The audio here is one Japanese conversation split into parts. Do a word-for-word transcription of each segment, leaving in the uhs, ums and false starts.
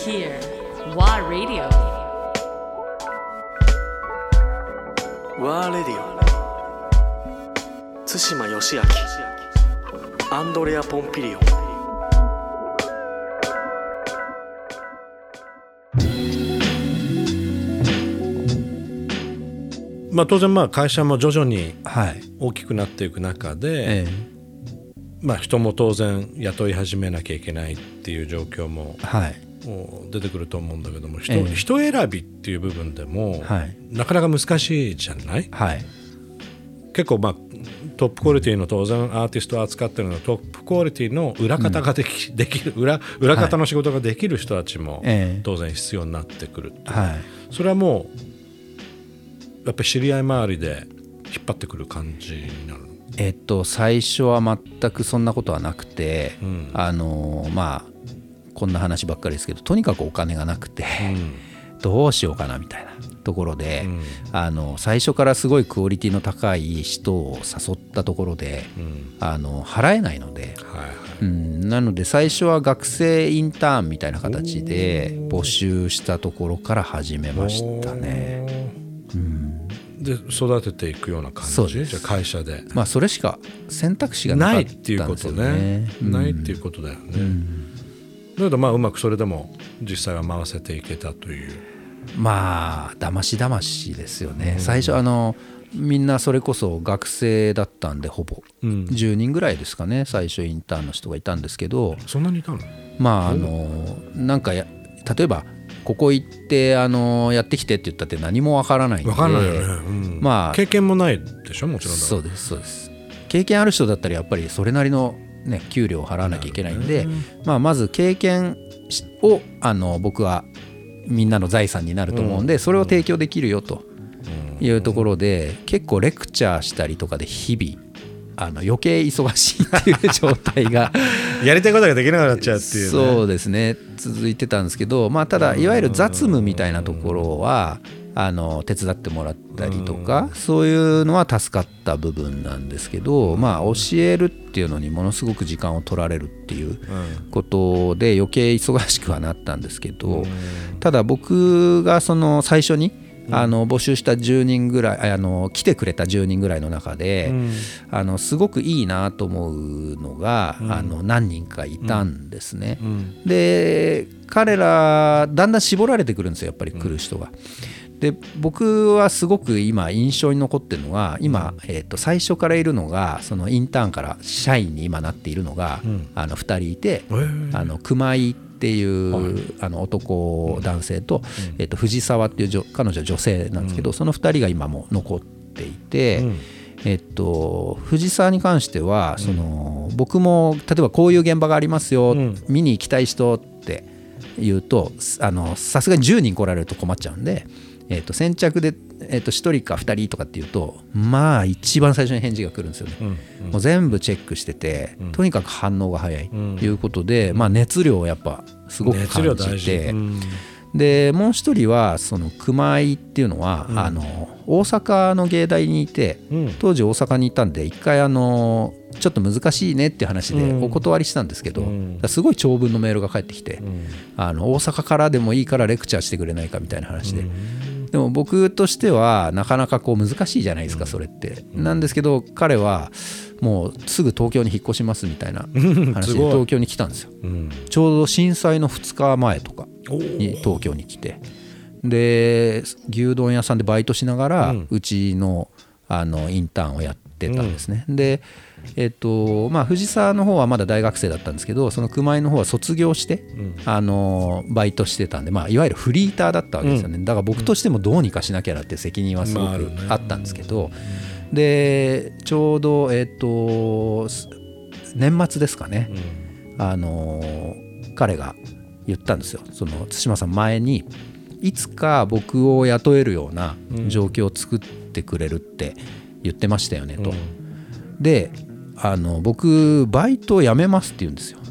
here. Wa Radio. Wa Radio. 津島義明、アンドレア・ポンピリオン。 まあ、当然まあ会社も徐々に大きくなっていく中で、はいええまあ、人も当然雇い始めなきゃいけないっていう状況も出てくると思うんだけども、人、ええ、人選びっていう部分でも、はい、なかなか難しいじゃない、はい、結構まあトップクオリティの当然アーティストを扱ってるのはトップクオリティの裏方ができ、うん、できる 裏, 裏方の仕事ができる人たちも当然必要になってくるっていう、はい、それはもうやっぱり知り合い周りで引っ張ってくる感じになる。 えっと最初は全くそんなことはなくて、うん、あのまあこんな話ばっかりですけど、とにかくお金がなくて、うん、どうしようかなみたいなところで、うん、あの最初からすごいクオリティの高い人を誘ったところで、うん、あの払えないので、はいはいうん、なので最初は学生インターンみたいな形で募集したところから始めましたね。うん、 で育てていくような感じ。じゃあ会社で、 まあ、それしか選択肢がなかったんですよね。ないっていうことね、 うん、ないっていうことだよね、うん、だけどまあうまくそれでも実際は回せていけたという。 まあだましだましですよね、うん、最初あのみんなそれこそ学生だったんでほぼ、うん、じゅうにんぐらいですかね。最初インターンの人がいたんですけど。 そんなにいたの？ まああのなんかや例えばここ行ってあのやってきてって言ったって何もわからないんで。 わからないよね、うんまあ、経験もないでしょもちろんだ。 そうですそうです。経験ある人だったらやっぱりそれなりの、ね、給料を払わなきゃいけないんで、まあ、まず経験をあの僕はみんなの財産になると思うんで、それを提供できるよというところで、結構レクチャーしたりとかで日々あの余計忙しいっていう状態がやりたいことができなくなっちゃうっていう、ね、 そうですね続いてたんですけど、まあ、ただいわゆる雑務みたいなところはあの手伝ってもらったりとか、そういうのは助かった部分なんですけど、まあ、教えるっていうのにものすごく時間を取られるっていうことで余計忙しくはなったんですけど、ただ僕がその最初にあの募集したじゅうにんぐらいあの来てくれたじゅうにんぐらいの中で、うん、あのすごくいいなと思うのが、うん、あの何人かいたんですね、うん、で彼らだんだん絞られてくるんですよやっぱり来る人が。で僕はすごく今印象に残ってるのが今、えー、と最初からいるのがそのインターンから社員に今なっているのが、うん、あのふたりいて、あの熊井っていう、はい、あの男男性と、うんえー、と藤沢っていう彼女は女性なんですけど、うん、そのふたりが今も残っていて、うんえっと、藤沢に関してはその、うん、僕も例えばこういう現場がありますよ、うん、見に行きたい人って言うとあのさすがにじゅうにん来られると困っちゃうんで、えっと、先着で、えっと、ひとりかふたりとかっていうとまあ一番最初に返事が来るんですよね、うんうん、もう全部チェックしてて、うん、とにかく反応が早いということで、うんまあ、熱量をやっぱすごく感じて、うん、でもう一人はその熊井っていうのは、うん、あの大阪の芸大にいて、うん、当時大阪にいたんで一回あのちょっと難しいねっていう話でお断りしたんですけど、うん、すごい長文のメールが返ってきて、うん、あの大阪からでもいいからレクチャーしてくれないかみたいな話で、うんでも僕としてはなかなかこう難しいじゃないですかそれって、うん、なんですけど彼はもうすぐ東京に引っ越しますみたいな話で東京に来たんですよ、うん、ちょうど震災のふつかまえとかに東京に来て、で牛丼屋さんでバイトしながらうちのあのインターンをやってたんですね、うん、でえっとまあ、藤沢の方はまだ大学生だったんですけどその熊井の方は卒業して、うん、あのバイトしてたんで、まあ、いわゆるフリーターだったわけですよね、うん、だから僕としてもどうにかしなきゃなって責任はすごくあったんですけど、うん、でちょうど、えっと年末ですかね、うん、あの彼が言ったんですよ。その対馬さん前にいつか僕を雇えるような状況を作ってくれるって言ってましたよねと、うん、であの僕バイトを辞めますって言うんですよ、うん、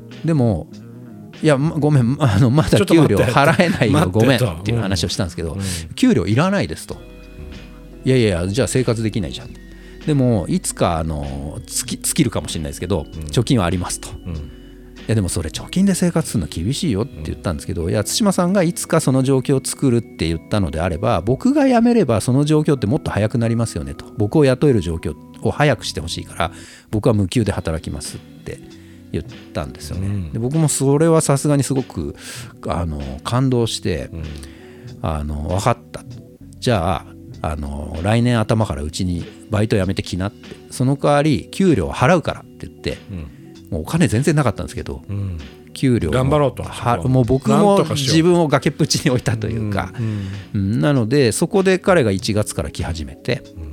でもいやごめんあのまだ給料払えないよごめんっていう話をしたんですけど、うん、給料いらないですと、いやいやじゃあ生活できないじゃん、でもいつかあの尽きるかもしれないですけど、うん、貯金はありますと、うん、 やでもそれ貯金で生活するの厳しいよって言ったんですけど、いや対馬さんがいつかその状況を作るって言ったのであれば、僕が辞めればその状況ってもっと早くなりますよねと、僕を雇える状況を早くしてほしいから僕は無給で働きますって言ったんですよね、うん、で僕もそれはさすがにすごくあの感動して、うん、あの分かった、じゃあ、あの来年頭からうちにバイト辞めてきなって、その代わり給料払うからって言って、うん、もうお金全然なかったんですけど、うん、給料頑張ろうとはもう僕も自分を崖っぷちに置いたというか、うんうん、なのでそこで彼がいちがつから来始めて、うん、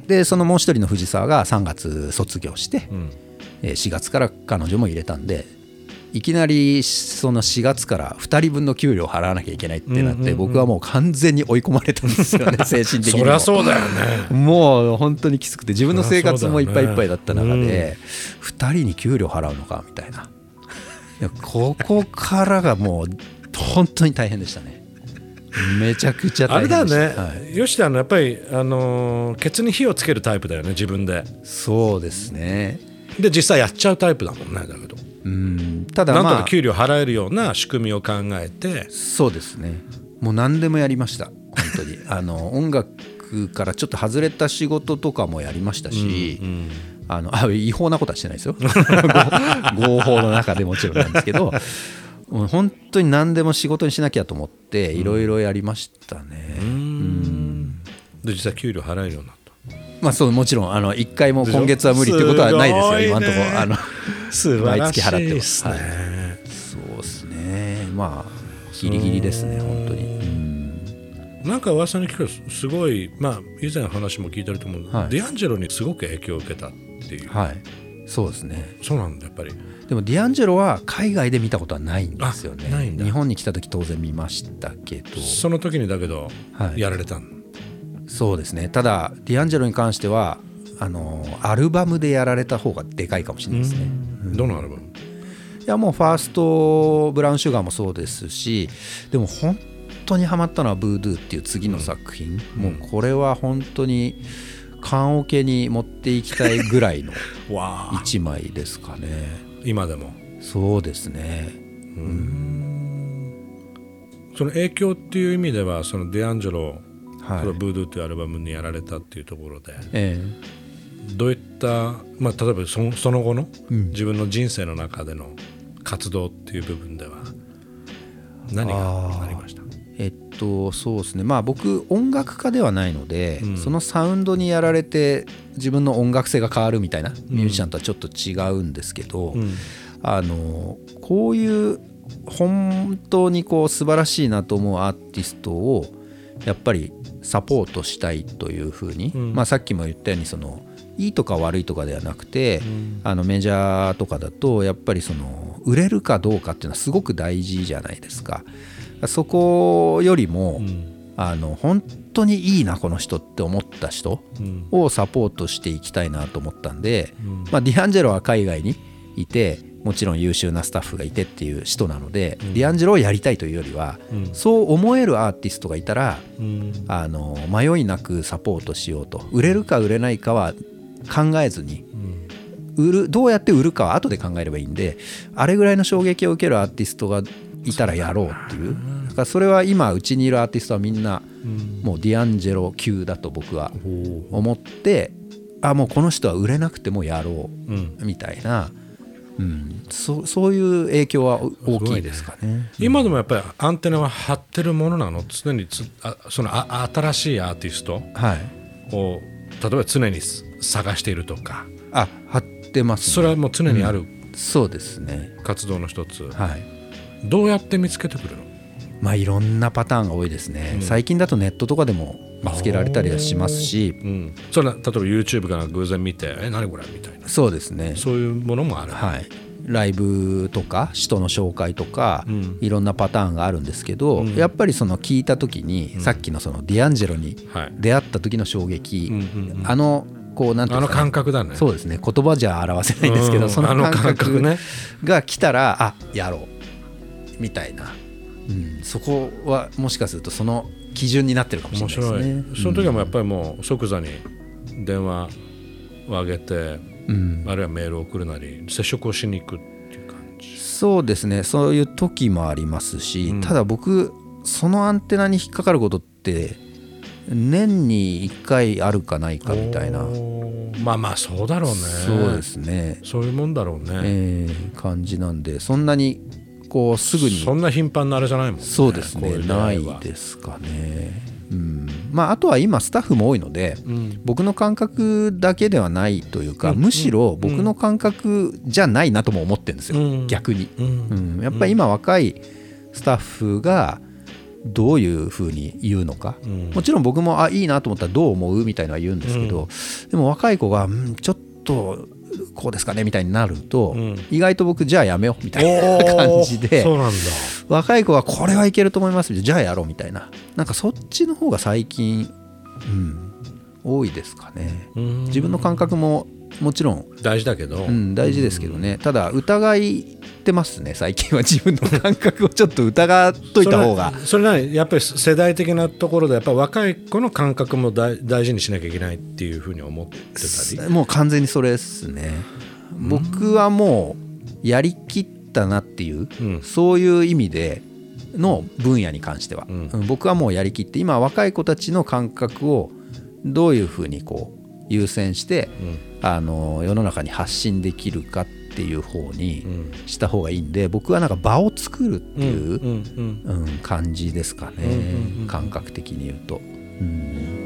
でそのもう一人の藤沢がさんがつ卒業して、うん、しがつから彼女も入れたんで、いきなりそのしがつからふたりぶんの給料を払わなきゃいけないってなって、うんうんうん、僕はもう完全に追い込まれたんですよね精神的にも。 そりゃそうだよね。 もう本当にきつくて、自分の生活もいっぱいいっぱいだった中で、うん、ふたりに給料払うのかみたいな、いやここからがもう本当に大変でしたね。めちゃくちゃ大変でした。 あれだね、はい、吉田のやっぱり、あのー、ケツに火をつけるタイプだよね、自分で。 そうですね。 で実際やっちゃうタイプだもんね。だけどうん、ただまあなんとか給料払えるような仕組みを考えて。 そうですね、もう何でもやりました本当にあの音楽からちょっと外れた仕事とかもやりましたし、うんうん、あのあ違法なことはしてないですよ合法の中でもちろんなんですけどもう本当に何でも仕事にしなきゃと思っていろいろやりましたね、うんうん、 で実際給料払えるようになった。 まあ、そうもちろんあのいっかいも今月は無理ってことはないですよ、ね、今のところあの毎月払ってます、はい、そうですね、まあギリギリですね本当に、うん、 なんか噂に聞くとすごい、まあ、以前の話も聞いてると思う、はい、ディアンジェロにすごく影響を受けたっていう、 はい、そうですね。 そうなんだやっぱり。 でもディアンジェロは海外で見たことはないんですよね。 ないんだ。 日本に来た時当然見ましたけど、 その時にだけど、はい、やられたん。 そうですね。ただディアンジェロに関してはあのアルバムでやられた方がでかいかもしれないですね。 うん、どのアルバム？ いやもうファーストブラウンシュガーもそうですし、でも本当にハマったのはブードゥっていう次の作品、うん、もうこれは本当に棺桶に持っていきたいぐらいの一枚ですかね今でも。 そうですね。うん、 その影響っていう意味ではそのディアンジェロ、はい、ブードゥというアルバムにやられたっていうところで、ええ、どういった、まあ、例えば そ, その後の自分の人生の中での活動っていう部分では何がありました？ えっとそうですね、まあ僕音楽家ではないので、うん、そのサウンドにやられて自分の音楽性が変わるみたいなミュージシャンとはちょっと違うんですけど、うん、あのこういう本当にこう素晴らしいなと思うアーティストをやっぱりサポートしたいというふうに、うん、まあ、さっきも言ったようにそのいいとか悪いとかではなくて、うん、あのメジャーとかだとやっぱりその売れるかどうかっていうのはすごく大事じゃないですか。そこよりも、うん、あの本当にいいなこの人って思った人をサポートしていきたいなと思ったんで、うん、まあ、ディアンジェロは海外にいてもちろん優秀なスタッフがいてっていう人なので、うん、ディアンジェロをやりたいというよりは、うん、そう思えるアーティストがいたら、うん、あの迷いなくサポートしようと。売れるか売れないかは考えずに、うん、売るどうやって売るかは後で考えればいいんで、あれぐらいの衝撃を受けるアーティストがいたらやろうっていう。だからそれは今うちにいるアーティストはみんなもうディアンジェロ級だと僕は思って、あもうこの人は売れなくてもやろうみたいな、うん、そ, そういう影響は大きいですかね。 ね、今でもやっぱりアンテナは張ってるものなの？常につあそのあ新しいアーティストを、はい、例えば常に探しているとか。 あ張ってます、ね、 それはもう常にある、うん、 そうですね、 活動の一つ、 はい、 どうやって見つけてくるの？ まあ、いろんなパターンが多いですね、うん、最近だとネットとかでも見つけられたりはしますし、 うん、それは例えば YouTube から偶然見てえ何これみたいな。 そうですね、 そういうものもある、 はい、ライブとか人の紹介とか、うん、いろんなパターンがあるんですけど、うん、やっぱりその聞いた時に、うん、さっきのそのディアンジェロに出会った時の衝撃、はい、あのこうなんていうか、ね、 あの感覚だね。 そうですね、言葉じゃ表せないんですけど、うん、その感覚が来たらあやろうみたいな、うん、そこはもしかするとその基準になってるかもしれないですね。面白い。その時はもうやっぱりもう即座に電話を上げて、うん、あるいはメールを送るなり接触をしに行くっていう感じ。 そうですね、そういう時もありますし、うん、ただ僕そのアンテナに引っかかることって年にいっかいあるかないかみたいな。 まあまあそうだろうね。 そうですね、 そういうもんだろうね、 えー、感じなんで、そんなにこうすぐにそんな頻繁なあれじゃないもんね。 そうですね、ないですかね。うん、まああとは今スタッフも多いので、うん、僕の感覚だけではないというか、うん、むしろ僕の感覚じゃないなとも思ってるんですよ、うん、逆に、うんうん、やっぱり今若いスタッフがどういうふうに言うのか、うん、もちろん僕もあいいなと思ったらどう思うみたいなのは言うんですけど、うん、でも若い子が、うん、ちょっとこうですかねみたいになると、うん、意外と僕じゃあやめようみたいな感じで、 そうなんだ、 若い子はこれはいけると思いますじゃあやろうみたいな、なんかそっちの方が最近、うん、多いですかね。自分の感覚ももちろん大事だけど、 うん、大事ですけどね、ただ疑ってますね最近は。自分の感覚をちょっと疑っといた方がそれはやっぱり世代的なところでやっぱ若い子の感覚も大事にしなきゃいけないっていうふうに思ってたり。 もう完全にそれですね。僕はもうやりきったなっていう、うん、そういう意味での分野に関しては、うん、僕はもうやりきって今若い子たちの感覚をどういうふうにこう優先して、うん、あの世の中に発信できるかっていう方にした方がいいんで、僕はなんか場を作るっていう、うんうんうんうん、感じですかね、うんうんうん、感覚的に言うと、うん